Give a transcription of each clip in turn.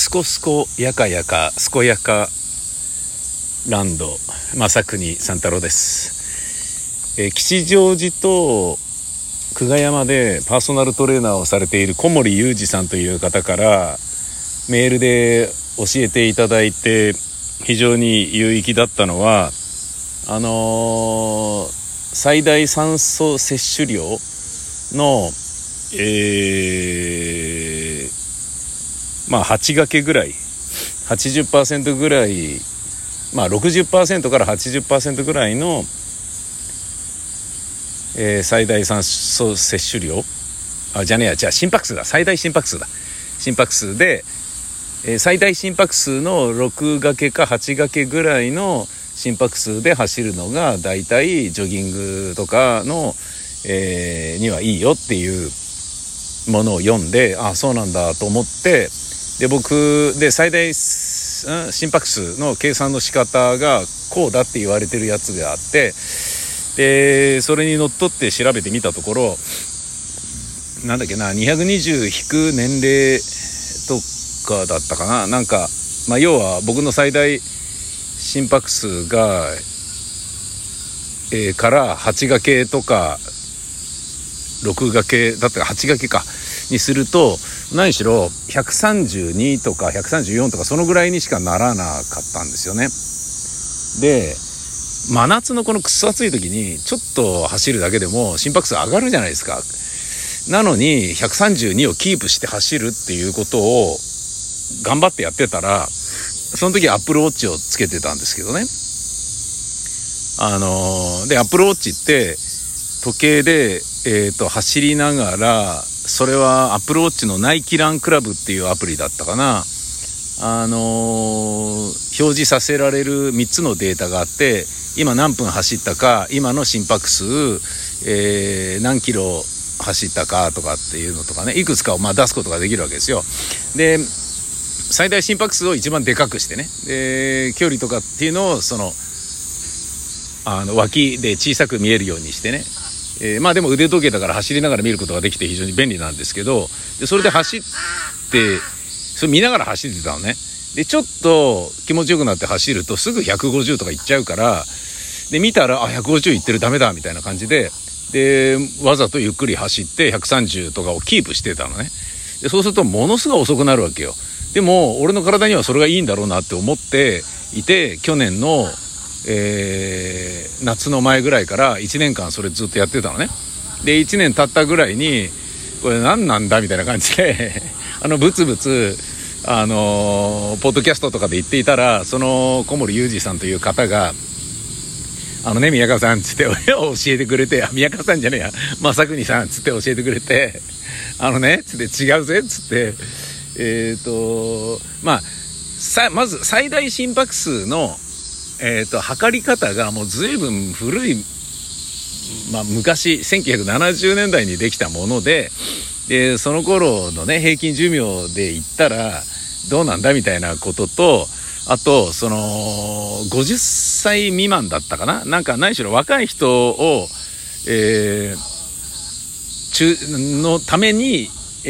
すこすこやかやかすこやかランド正国三太郎です。吉祥寺と久我山でパーソナルトレーナーをされている小森裕二さんという方からメールで教えていただいて非常に有益だったのは最大酸素摂取量の8掛けぐらい 80% ぐらい60% から 80% ぐらいの、最大酸素摂取量心拍数だ最大心拍数だ心拍数で、最大心拍数の6掛けか8掛けぐらいの心拍数で走るのがだいたいジョギングとかの、にはいいよっていうものを読んでそうなんだと思ってで僕で最大心拍数の計算の仕方がこうだって言われてるやつがあってでそれにのっとって調べてみたところ220引く年齢とかだったかな要は僕の最大心拍数が、から8掛けとか6掛けだったら8掛けかにすると何しろ132とか134とかそのぐらいにしかならなかったんですよね。で真夏のこのくっそ暑い時にちょっと走るだけでも心拍数上がるじゃないですか。なのに132をキープして走るっていうことを頑張ってやってたらその時アップルウォッチをつけてたんですけどね。でアップルウォッチって時計で、走りながらそれはアップルウォッチのナイキランクラブっていうアプリだったかな表示させられる3つのデータがあって今何分走ったか今の心拍数、何キロ走ったかとかっていうのとかねいくつかを出すことができるわけですよ。で最大心拍数を一番でかくしてねで距離とかっていうのをその脇で小さく見えるようにしてねでも腕時計だから走りながら見ることができて非常に便利なんですけどでそれで走ってそれ見ながら走ってたのね。でちょっと気持ちよくなって走るとすぐ150とかいっちゃうからで見たら150いってるダメだみたいな感じでわざとゆっくり走って130とかをキープしてたのね。でそうするとものすごい遅くなるわけよ。でも俺の体にはそれがいいんだろうなって思っていて去年の夏の前ぐらいから1年間それずっとやってたのね。で1年経ったぐらいにこれ何なんだみたいな感じでブツブツポッドキャストとかで言っていたらその小森裕二さんという方が宮川さんつって教えてくれて宮川さんじゃねえや正国さんつって教えてくれてつって違うぜつってまず最大心拍数の測り方がもう随分古い、昔1970年代にできたもので、その頃のね平均寿命で言ったらどうなんだみたいなこととあとその50歳未満だったかな何しろ若い人を、のために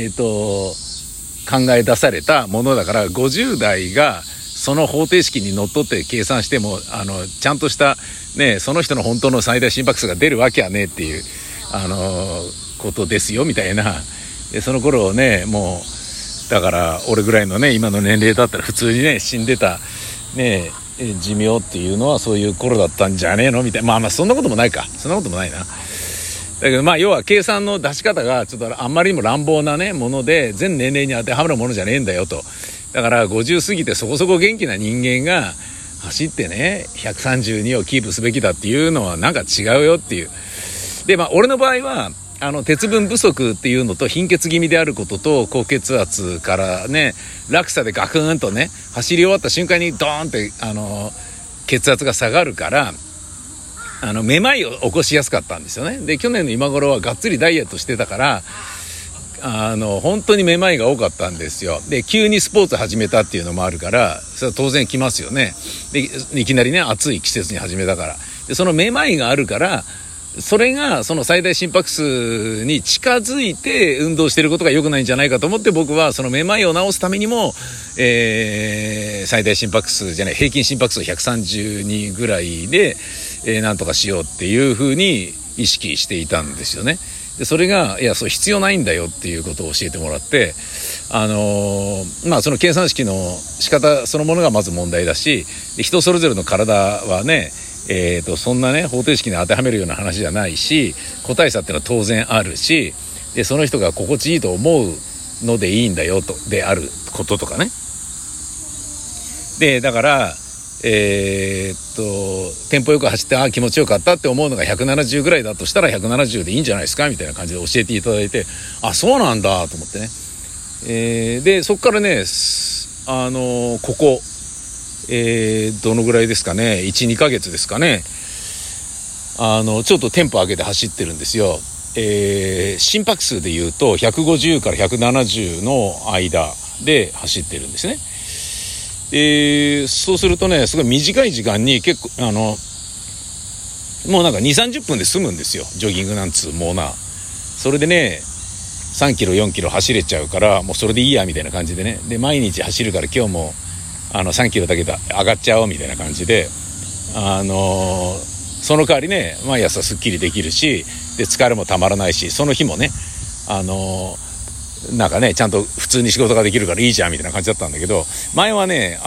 考え出されたものだから50代がその方程式にのっとって計算してもちゃんとしたねその人の本当の最大心拍数が出るわけはねっていうことですよみたいなでその頃ねもうだから俺ぐらいのね今の年齢だったら普通にね死んでたね寿命っていうのはそういう頃だったんじゃねえのみたいなそんなこともないかそんなこともないな。だけど要は計算の出し方がちょっとあんまりにも乱暴なねもので全年齢に当てはまるものじゃねえんだよと。だから50過ぎてそこそこ元気な人間が走ってね132をキープすべきだっていうのは違うよっていう。で俺の場合は鉄分不足っていうのと貧血気味であることと高血圧からね落差でガクンとね走り終わった瞬間にドーンって血圧が下がるからめまいを起こしやすかったんですよね。で去年の今頃はがっつりダイエットしてたから本当にめまいが多かったんですよ。で急にスポーツ始めたっていうのもあるからそれは当然来ますよね。でいきなりね暑い季節に始めたからでそのめまいがあるからそれがその最大心拍数に近づいて運動していることが良くないんじゃないかと思って、僕はそのめまいを治すためにも、最大心拍数じゃない、平均心拍数132ぐらいで、なんとかしようっていうふうに意識していたんですよね。でそれがいやそう必要ないんだよっていうことを教えてもらって、その計算式の仕方そのものがまず問題だし、人それぞれの体はね、そんなね方程式に当てはめるような話じゃないし、個体差っていうのは当然あるし、でその人が心地いいと思うのでいいんだよとであることとかね。でだからテンポよく走って気持ちよかったって思うのが170ぐらいだとしたら170でいいんじゃないですかみたいな感じで教えていただいて、そうなんだと思ってね。でそこからねここ、どのぐらいですかね、 1,2 ヶ月ですかね、ちょっとテンポ上げて走ってるんですよ。心拍数でいうと150から170の間で走ってるんですね。そうするとね、すごい短い時間に結構もうなんか 2,30 分で済むんですよ、ジョギングなんつうもうな。それでね3キロ4キロ走れちゃうから、もうそれでいいやみたいな感じでね。で毎日走るから今日も3キロだけで上がっちゃおうみたいな感じで、その代わりね毎朝すっきりできるし、で疲れもたまらないし、その日もねなんかねちゃんと普通に仕事ができるからいいじゃんみたいな感じだったんだけど、前はね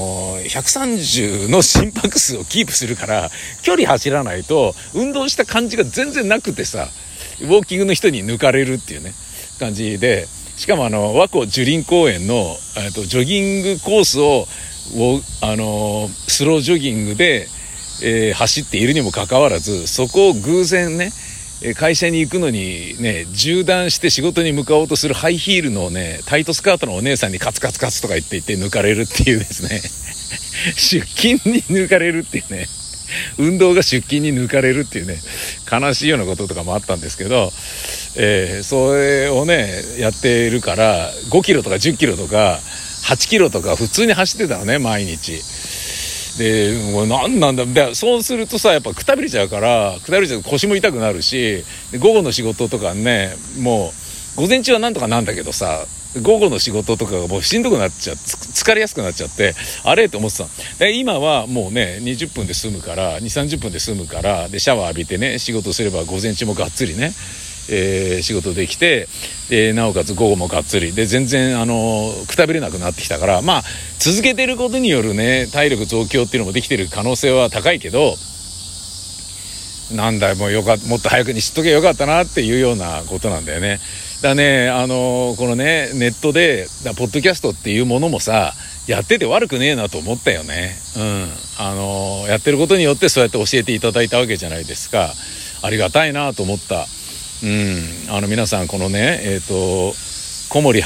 130の心拍数をキープするから距離走らないと運動した感じが全然なくてさ、ウォーキングの人に抜かれるっていうね感じで、しかも和光樹林公園のジョギングコースをスロージョギングで、走っているにもかかわらず、そこを偶然ね会社に行くのにね縦断して仕事に向かおうとするハイヒールのねタイトスカートのお姉さんにカツカツカツとか言って抜かれるっていうですね出勤に抜かれるっていうね、運動が出勤に抜かれるっていうね悲しいようなこととかもあったんですけど、それをねやってるから5キロとか10キロとか8キロとか普通に走ってたのね毎日で。もう何なんだ。でそうするとさやっぱくたびれちゃうから腰も痛くなるし、で午後の仕事とかね、もう午前中はなんとかなんだけどさ、午後の仕事とかがもうしんどくなっちゃって疲れやすくなっちゃって、あれと思ってた。で今はもうね20分で済むから 2,30 分で済むから、でシャワー浴びてね仕事すれば午前中もがっつりね、仕事できて、なおかつ午後もがっつりで全然くたびれなくなってきたから、続けてることによるね体力増強っていうのもできてる可能性は高いけど、なんだもっと早くに知っとけばよかったなっていうようなことなんだよね。だねこのねネットでポッドキャストっていうものもさやってて悪くねえなと思ったよね。やってることによってそうやって教えていただいたわけじゃないですか。ありがたいなと思った。皆さんこのねこもり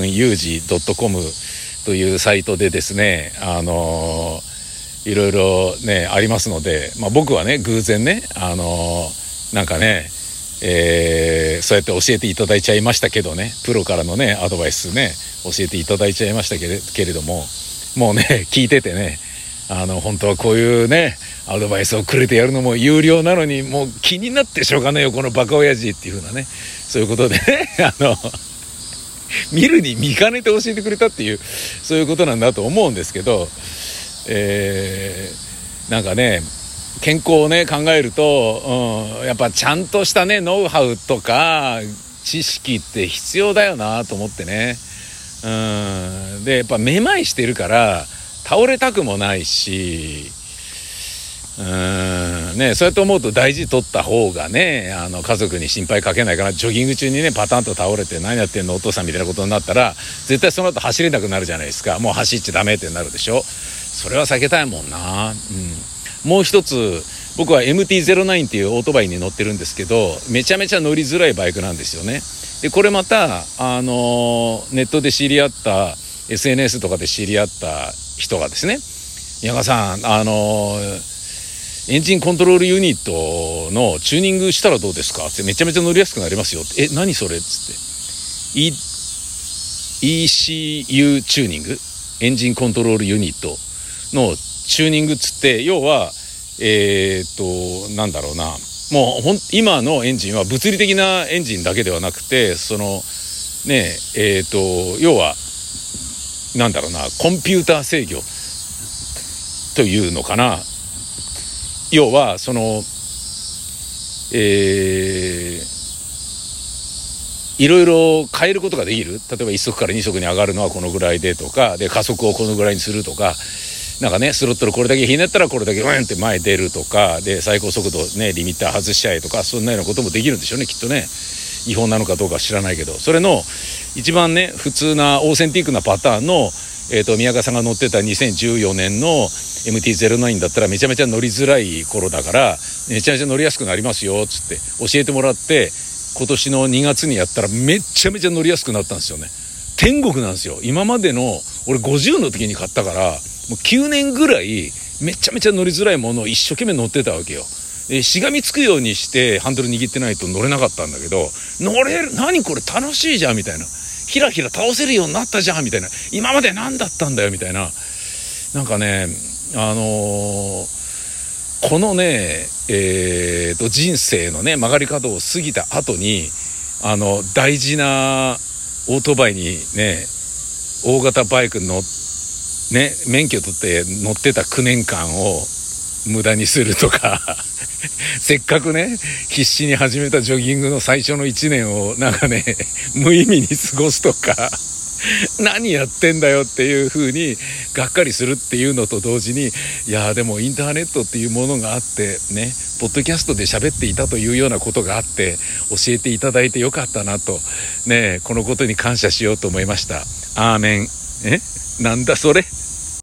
-yuji.com というサイトでですねいろいろねありますので、僕はね偶然ねなんかね、そうやって教えていただいちゃいましたけどね、プロからのねアドバイスね教えていただいちゃいましたけれども、もうね聞いててね本当はこういうねアドバイスをくれてやるのも有料なのにもう気になってしょうがないよこのバカ親父っていう風なね、そういうことでね見るに見かねて教えてくれたっていうそういうことなんだと思うんですけど、なんかね健康をね考えると、やっぱちゃんとしたねノウハウとか知識って必要だよなと思ってね。でやっぱめまいしてるから倒れたくもないし、ね、そうやって思うと大事取った方がね家族に心配かけないから、ジョギング中にねパタンと倒れて何やってんのお父さんみたいなことになったら絶対その後走れなくなるじゃないですか。もう走っちゃダメってなるでしょ。それは避けたいもんな。もう一つ僕は MT-09 っていうオートバイに乗ってるんですけど、めちゃめちゃ乗りづらいバイクなんですよね。でこれまたネットで知り合った SNS とかで知り合った人がですね、宮川さんエンジンコントロールユニットのチューニングしたらどうですかって、めちゃめちゃ乗りやすくなりますよって。何それっつって、ECU チューニング、エンジンコントロールユニットのチューニングっつって、要はなんだろうな、 もう今のエンジンは物理的なエンジンだけではなくて、そのね要はなんだろうな、コンピューター制御というのかな。要はそのいろいろ変えることができる。例えば1速から2速に上がるのはこのぐらいでとかで、加速をこのぐらいにするとか、なんかね、スロットルこれだけひねったらこれだけって前出るとかで、最高速度ねリミッター外しちゃえとか、そんなようなこともできるんでしょうね、きっとね。違法なのかどうかは知らないけど、それの一番ね普通なオーセンティックなパターンの、宮川さんが乗ってた2014年の MT-09 だったらめちゃめちゃ乗りづらい頃だから、めちゃめちゃ乗りやすくなりますよっつって教えてもらって、今年の2月にやったらめちゃめちゃ乗りやすくなったんですよね。天国なんですよ。今までの俺50の時に買ったから、もう9年ぐらいめちゃめちゃ乗りづらいものを一生懸命乗ってたわけよ。しがみつくようにしてハンドル握ってないと乗れなかったんだけど、乗れる、何これ楽しいじゃんみたいな、ひらひら倒せるようになったじゃんみたいな、今まで何だったんだよみたいな、なんかねこのね人生のね曲がり角を過ぎた後に大事なオートバイにね、大型バイクのね免許取って乗ってた9年間を無駄にするとかせっかくね必死に始めたジョギングの最初の1年をなんかね無意味に過ごすとか何やってんだよっていう風にがっかりするっていうのと同時に、いやでもインターネットっていうものがあってね、ポッドキャストで喋っていたというようなことがあって教えていただいてよかったなとね、このことに感謝しようと思いました。アーメン。なんだそれ。